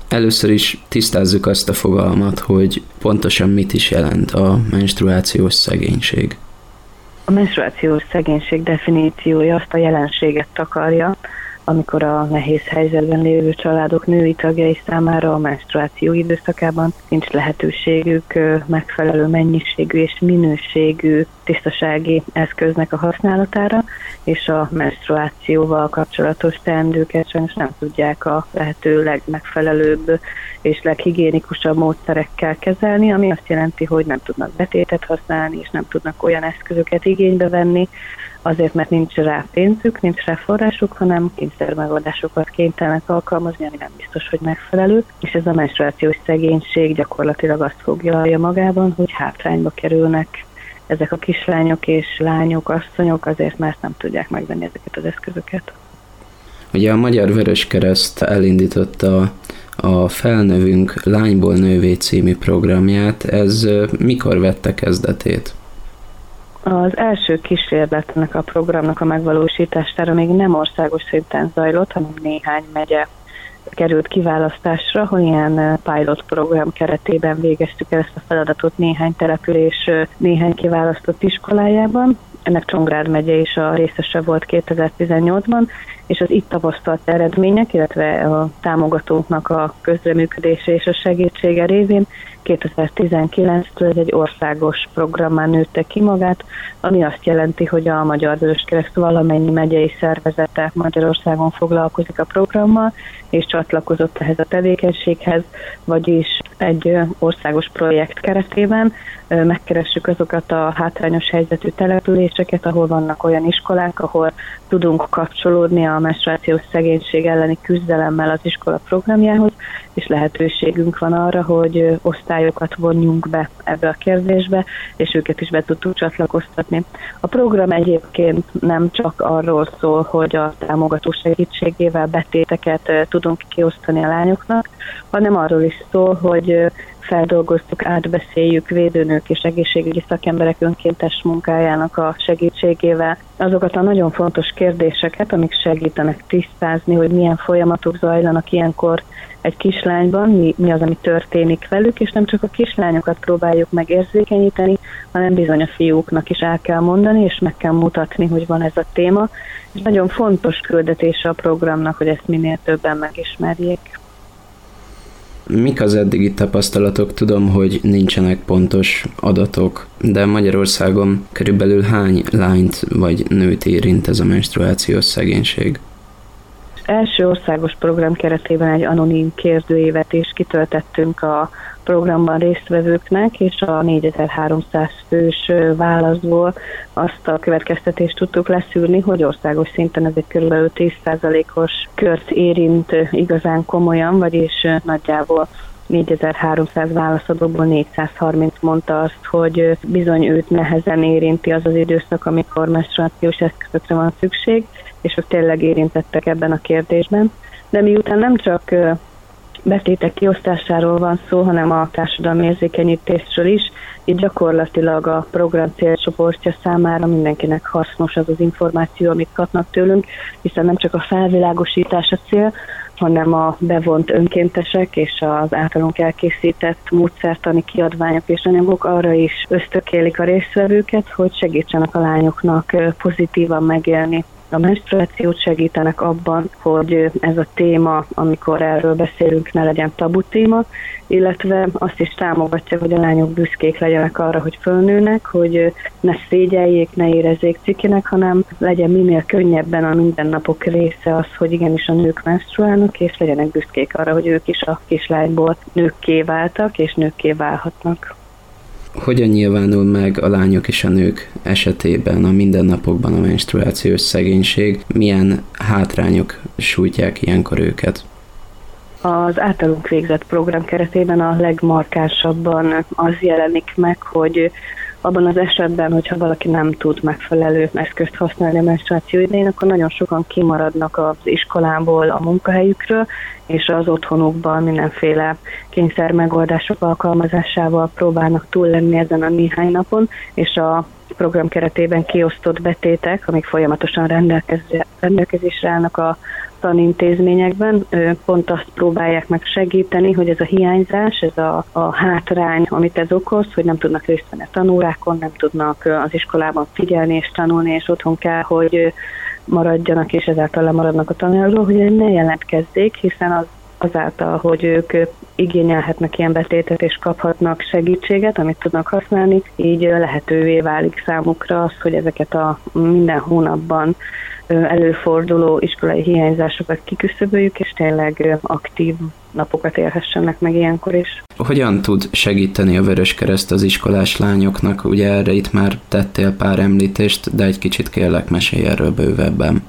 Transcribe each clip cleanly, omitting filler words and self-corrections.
Először is tisztázzuk azt a fogalmat, hogy pontosan mit is jelent a menstruációs szegénység. A menstruációs szegénység definíciója azt a jelenséget takarja, amikor a nehéz helyzetben lévő családok női tagjai számára a menstruáció időszakában nincs lehetőségük megfelelő mennyiségű és minőségű tisztasági eszköznek a használatára, és a menstruációval kapcsolatos teendőket sajnos nem tudják a lehető legmegfelelőbb és leghigiénikusabb módszerekkel kezelni, ami azt jelenti, hogy nem tudnak betétet használni, és nem tudnak olyan eszközöket igénybe venni, azért, mert nincs rá pénzük, nincs rá forrásuk, hanem kényszermegoldásokat kénytelenek alkalmazni, ami nem biztos, hogy megfelelő. És ez a menstruációs szegénység gyakorlatilag azt foglalja magában, hogy hátrányba kerülnek ezek a kislányok és lányok, asszonyok azért, mert nem tudják megvenni ezeket az eszközöket. Ugye a Magyar Vöröskereszt elindította a Felnövünk Lányból Nővé című programját. Ez mikor vette kezdetét? Az első kísérlet ennek a programnak a megvalósítására még nem országos szinten zajlott, hanem néhány megye került kiválasztásra, hogy ilyen pilot program keretében végeztük el ezt a feladatot néhány település, néhány kiválasztott iskolájában. Ennek Csongrád megye is a részese volt 2018-ban, és az itt tapasztalt eredmények, illetve a támogatóknak a közreműködése és a segítsége révén 2019-től egy országos programmá nőtte ki magát, ami azt jelenti, hogy a Magyar Vöröskereszt valamennyi megyei szervezete Magyarországon foglalkozik a programmal, és csatlakozott ehhez a tevékenységhez, vagyis egy országos projekt keretében megkeressük azokat a hátrányos helyzetű településeket, ahol vannak olyan iskolák, ahol tudunk kapcsolódni a menstruációs szegénység elleni küzdelemmel az iskola programjához, és lehetőségünk van arra, hogy osztályokat vonjunk be ebbe a kérdésbe, és őket is be tudtuk csatlakoztatni. A program egyébként nem csak arról szól, hogy a támogató segítségével betéteket tudunk kiosztani a lányoknak, hanem arról is szól, hogy feldolgoztuk, átbeszéljük védőnők és egészségügyi szakemberek önkéntes munkájának a segítségével azokat a nagyon fontos kérdéseket, amik segítenek tisztázni, hogy milyen folyamatok zajlanak ilyenkor egy kislányban, mi az, ami történik velük, és nem csak a kislányokat próbáljuk megérzékenyíteni, hanem bizony a fiúknak is el kell mondani, és meg kell mutatni, hogy van ez a téma. És nagyon fontos küldetése a programnak, hogy ezt minél többen megismerjék. Mik az eddigi tapasztalatok? Tudom, hogy nincsenek pontos adatok, de Magyarországon körülbelül hány lányt vagy nőt érint ez a menstruációs szegénység? Első országos program keretében egy anonim kérdőívet is kitöltettünk a programban résztvevőknek, és a 4300 fős válaszból azt a következtetést tudtuk leszűrni, hogy országos szinten ez egy kb. 10%-os kört érint igazán komolyan, vagyis nagyjából 4300 válaszadóból 430 mondta azt, hogy bizony őt nehezen érinti az az időszak, amikor menstruációs eszközökre van szükség, és ők tényleg érintettek ebben a kérdésben. De miután nem csak betétek kiosztásáról van szó, hanem a társadalmi érzékenyítésről is, így gyakorlatilag a program célcsoportja számára mindenkinek hasznos az az információ, amit kapnak tőlünk, hiszen nem csak a felvilágosítás a cél, hanem a bevont önkéntesek és az általunk elkészített módszertani kiadványok és anyagok arra is ösztökélik a résztvevőket, hogy segítsenek a lányoknak pozitívan megélni a menstruációt, segítenek abban, hogy ez a téma, amikor erről beszélünk, ne legyen tabu téma, illetve azt is támogatja, hogy a lányok büszkék legyenek arra, hogy fölnőnek, hogy ne szégyeljék, ne érezzék cikinek, hanem legyen minél könnyebben a mindennapok része az, hogy igenis a nők menstruálnak, és legyenek büszkék arra, hogy ők is a kislányból nőkké váltak, és nőkké válhatnak. Hogyan nyilvánul meg a lányok és a nők esetében a mindennapokban a menstruációs szegénység? Milyen hátrányok sújtják ilyenkor őket? Az általunk végzett program keretében a legmarkánsabban az jelenik meg, hogy abban az esetben, hogyha valaki nem tud megfelelő eszközt használni a menstruáció idején, akkor nagyon sokan kimaradnak az iskolából, a munkahelyükről, és az otthonukban mindenféle kényszermegoldások alkalmazásával próbálnak túl lenni ezen a néhány napon, és a program keretében kiosztott betétek, amik folyamatosan rendelkezésre állnak a tanintézményekben, pont azt próbálják meg segíteni, hogy ez a hiányzás, ez a hátrány, amit ez okoz, hogy nem tudnak részt venni a tanórákon, nem tudnak az iskolában figyelni és tanulni, és otthon kell, hogy maradjanak, és ezáltal lemaradnak a tananyagról, hogy ne jelentkezzék, hiszen azáltal, hogy ők igényelhetnek ilyen betétet és kaphatnak segítséget, amit tudnak használni, így lehetővé válik számukra az, hogy ezeket a minden hónapban előforduló iskolai hiányzásokat kiküszöböljük, és tényleg aktív napokat élhessenek meg ilyenkor is. Hogyan tud segíteni a Vöröskereszt az iskolás lányoknak? Ugye erre itt már tettél pár említést, de egy kicsit kérlek, mesélj erről bővebben.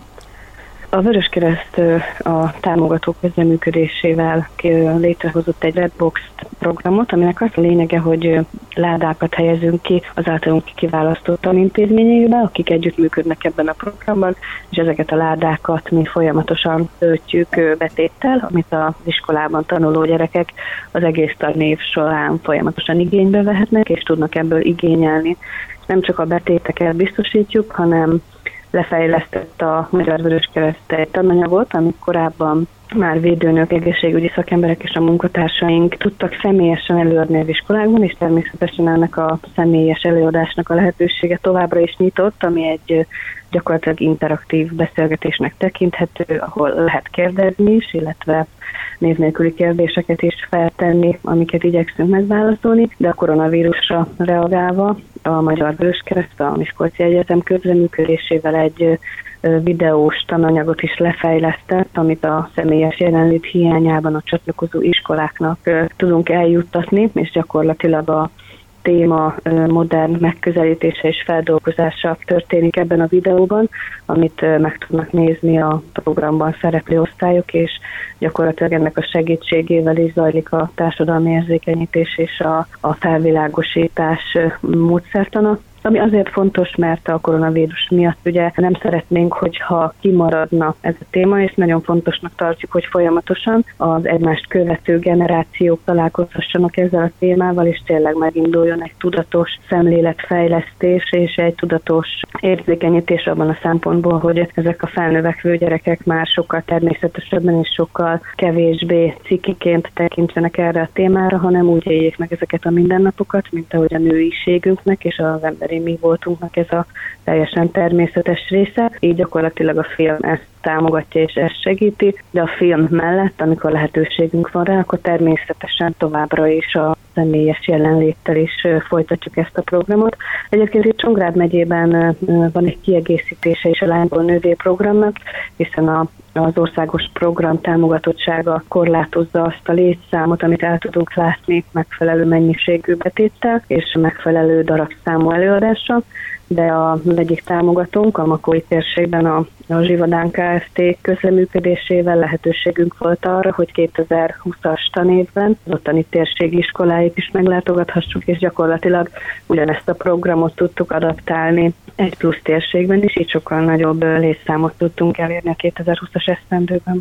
A Vöröskereszt a támogató közreműködésével létrehozott egy Redbox programot, aminek az a lényege, hogy ládákat helyezünk ki az általunk kiválasztott tanintézményekbe, akik együttműködnek ebben a programban, és ezeket a ládákat mi folyamatosan töltjük betéttel, amit az iskolában tanuló gyerekek az egész tanév során folyamatosan igénybe vehetnek, és tudnak ebből igényelni. Nem csak a betéteket biztosítjuk, hanem lefejlesztett a Magyar Vöröskereszt egy tananyagot, amit korábban már védőnök, egészségügyi szakemberek és a munkatársaink tudtak személyesen előadni az iskolákban, és természetesen ennek a személyes előadásnak a lehetősége továbbra is nyitott, ami egy gyakorlatilag interaktív beszélgetésnek tekinthető, ahol lehet kérdezni is, illetve név nélküli kérdéseket is feltenni, amiket igyekszünk megválaszolni, de a koronavírusra reagálva a Magyar Vöröskereszt a Miskolci Egyetem közreműködésével egy videós tananyagot is lefejlesztett, amit a személyes jelenlét hiányában a csatlakozó iskoláknak tudunk eljuttatni, és gyakorlatilag a téma modern megközelítése és feldolgozása történik ebben a videóban, amit meg tudnak nézni a programban szereplő osztályok, és gyakorlatilag ennek a segítségével is zajlik a társadalmi érzékenyítés és a felvilágosítás módszertana. Ami azért fontos, mert a koronavírus miatt ugye nem szeretnénk, hogyha kimaradna ez a téma, és nagyon fontosnak tartjuk, hogy folyamatosan az egymást követő generációk találkozhassanak ezzel a témával, és tényleg meginduljon egy tudatos szemléletfejlesztés és egy tudatos érzékenyítés abban a szempontból, hogy ezek a felnövekvő gyerekek már sokkal természetesebben és sokkal kevésbé cikiként tekintsenek erre a témára, hanem úgy éljék meg ezeket a mindennapokat, mint ahogy a nőiségünknek és az emberi mi voltunknak ez a teljesen természetes része. Így gyakorlatilag a film ezt támogatja és ezt segíti, de a film mellett, amikor lehetőségünk van rá, akkor természetesen továbbra is a személyes jelenléttel is folytatjuk ezt a programot. Egyébként itt Csongrád megyében van egy kiegészítése is a Lányból Nővé programnak, hiszen az országos program támogatottsága korlátozza azt a létszámot, amit el tudunk látni megfelelő mennyiségű betéttel és megfelelő darabszámú előadással, de az egyik támogatónk a Makói térségben a Zsivadán Kft. Közreműködésével lehetőségünk volt arra, hogy 2020-as tanévben az ottani térségi iskoláit is meglátogathassuk, és gyakorlatilag ugyanezt a programot tudtuk adaptálni egy plusz térségben is, így sokkal nagyobb létszámot tudtunk elérni a 2020-as esztendőben.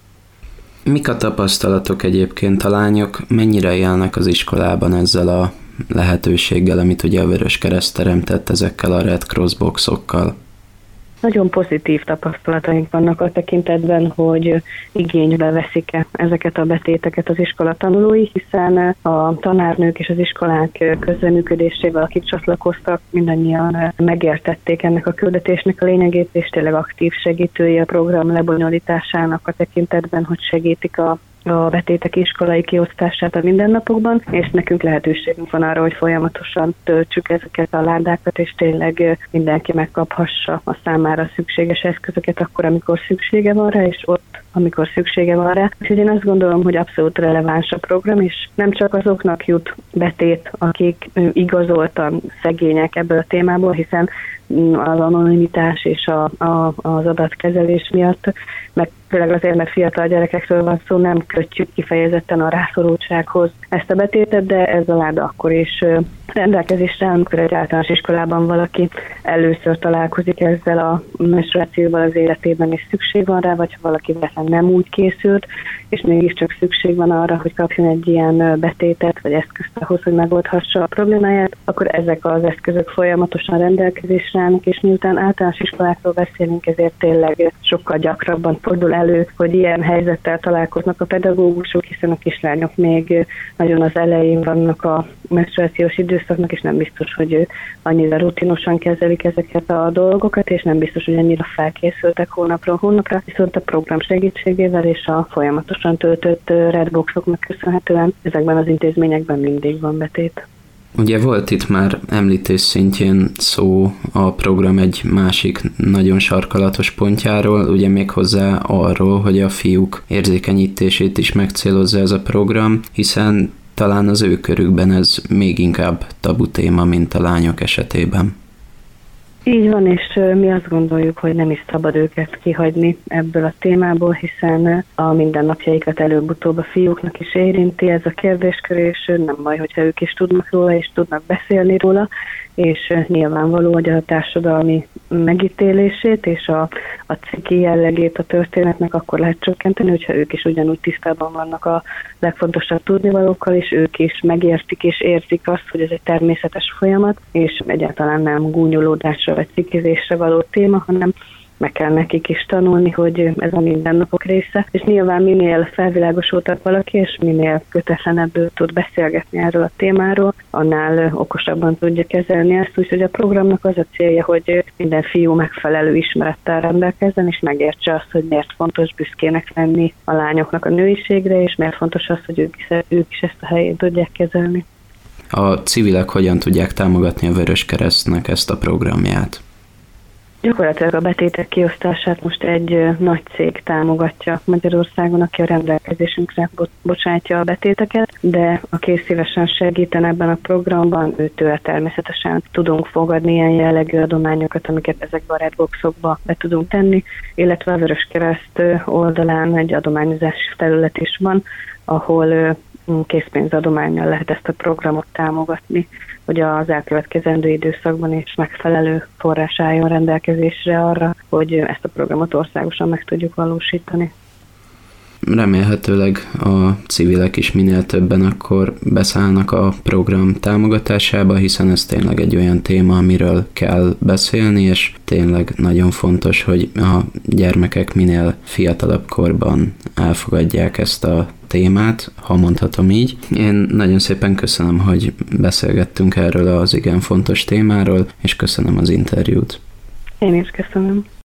Mik a tapasztalatok egyébként, a lányok mennyire élnek az iskolában ezzel a lehetőséggel, amit ugye a Vöröskereszt teremtett ezekkel a Red Cross boxokkal? Nagyon pozitív tapasztalataink vannak a tekintetben, hogy igénybe veszik-e ezeket a betéteket az iskola tanulói, hiszen a tanárnők és az iskolák közreműködésével, akik csatlakoztak, mindannyian megértették ennek a küldetésnek a lényegét, és tényleg aktív segítői a program lebonyolításának a tekintetben, hogy segítik a betétek iskolai kiosztását a mindennapokban, és nekünk lehetőségünk van arra, hogy folyamatosan töltsük ezeket a ládákat, és tényleg mindenki megkaphassa a számára szükséges eszközöket akkor, amikor szüksége van rá, és ott, amikor szüksége van rá. Úgyhogy én azt gondolom, hogy abszolút releváns a program, és nem csak azoknak jut betét, akik igazoltan szegények ebből a témából, hiszen az anonimitás és az adatkezelés miatt főleg azért, mert fiatal gyerekekről van szó, nem kötjük kifejezetten a rászorultsághoz ezt a betétet, de ez a láda akkor is rendelkezésre, amikor egy általános iskolában valaki először találkozik ezzel a menstruációval az életében, és szükség van rá, vagy ha valaki nem úgy készült, és mégiscsak szükség van arra, hogy kapjon egy ilyen betétet, vagy eszközt ahhoz, hogy megoldhassa a problémáját, akkor ezek az eszközök folyamatosan rendelkezésre állnak, és miután általános iskolákról beszélünk, ezért tényleg sokkal gyakrabban fordul elő, hogy ilyen helyzettel találkoznak a pedagógusok, hiszen a kislányok még nagyon az elején vannak a menstruációs időszaknak, és nem biztos, hogy ők annyira rutinosan kezelik ezeket a dolgokat, és nem biztos, hogy annyira felkészültek hónapról hónapra, viszont a program segítségével és a folyamatosan töltött redboxoknak köszönhetően ezekben az intézményekben mindig van betét. Ugye volt itt már említés szintjén szó a program egy másik nagyon sarkalatos pontjáról, ugye méghozzá arról, hogy a fiúk érzékenyítését is megcélozza ez a program, hiszen talán az ő körükben ez még inkább tabu téma, mint a lányok esetében. Így van, és mi azt gondoljuk, hogy nem is szabad őket kihagyni ebből a témából, hiszen a mindennapjaikat előbb-utóbb a fiúknak is érinti ez a kérdéskör, és nem baj, hogyha ők is tudnak róla, és tudnak beszélni róla, és nyilvánvaló, hogy a társadalmi megítélését és a ciki jellegét a történetnek akkor lehet csökkenteni, hogyha ők is ugyanúgy tisztában vannak a legfontosabb tudnivalókkal, és ők is megértik és érzik azt, hogy ez egy természetes folyamat, és egyáltalán nem gúnyolódásra vagy cikizésre való téma, hanem meg kell nekik is tanulni, hogy ez a mindennapok része, és nyilván minél felvilágosultabb valaki, és minél kötetlenebből tud beszélgetni erről a témáról, annál okosabban tudja kezelni ezt, úgyhogy a programnak az a célja, hogy minden fiú megfelelő ismerettel rendelkezzen, és megértse azt, hogy miért fontos büszkének lenni a lányoknak a nőiségre, és miért fontos az, hogy ők is ezt a helyét tudják kezelni. A civilek hogyan tudják támogatni a Vöröskeresztnek ezt a programját? Gyakorlatilag a betétek kiosztását most egy nagy cég támogatja Magyarországon, aki a rendelkezésünkre bocsátja a betéteket, de aki szívesen segíten ebben a programban, őtől természetesen tudunk fogadni ilyen jellegű adományokat, amiket ezekbe a redboxokba be tudunk tenni, illetve a Vöröskereszt oldalán egy adományozási terület is van, ahol készpénzadománnyal lehet ezt a programot támogatni, hogy az elkövetkezendő időszakban is megfelelő forrás álljon rendelkezésre arra, hogy ezt a programot országosan meg tudjuk valósítani. Remélhetőleg a civilek is minél többen akkor beszállnak a program támogatásába, hiszen ez tényleg egy olyan téma, amiről kell beszélni, és tényleg nagyon fontos, hogy a gyermekek minél fiatalabb korban elfogadják ezt a témát, ha mondhatom így. Én nagyon szépen köszönöm, hogy beszélgettünk erről az igen fontos témáról, és köszönöm az interjút. Én is köszönöm.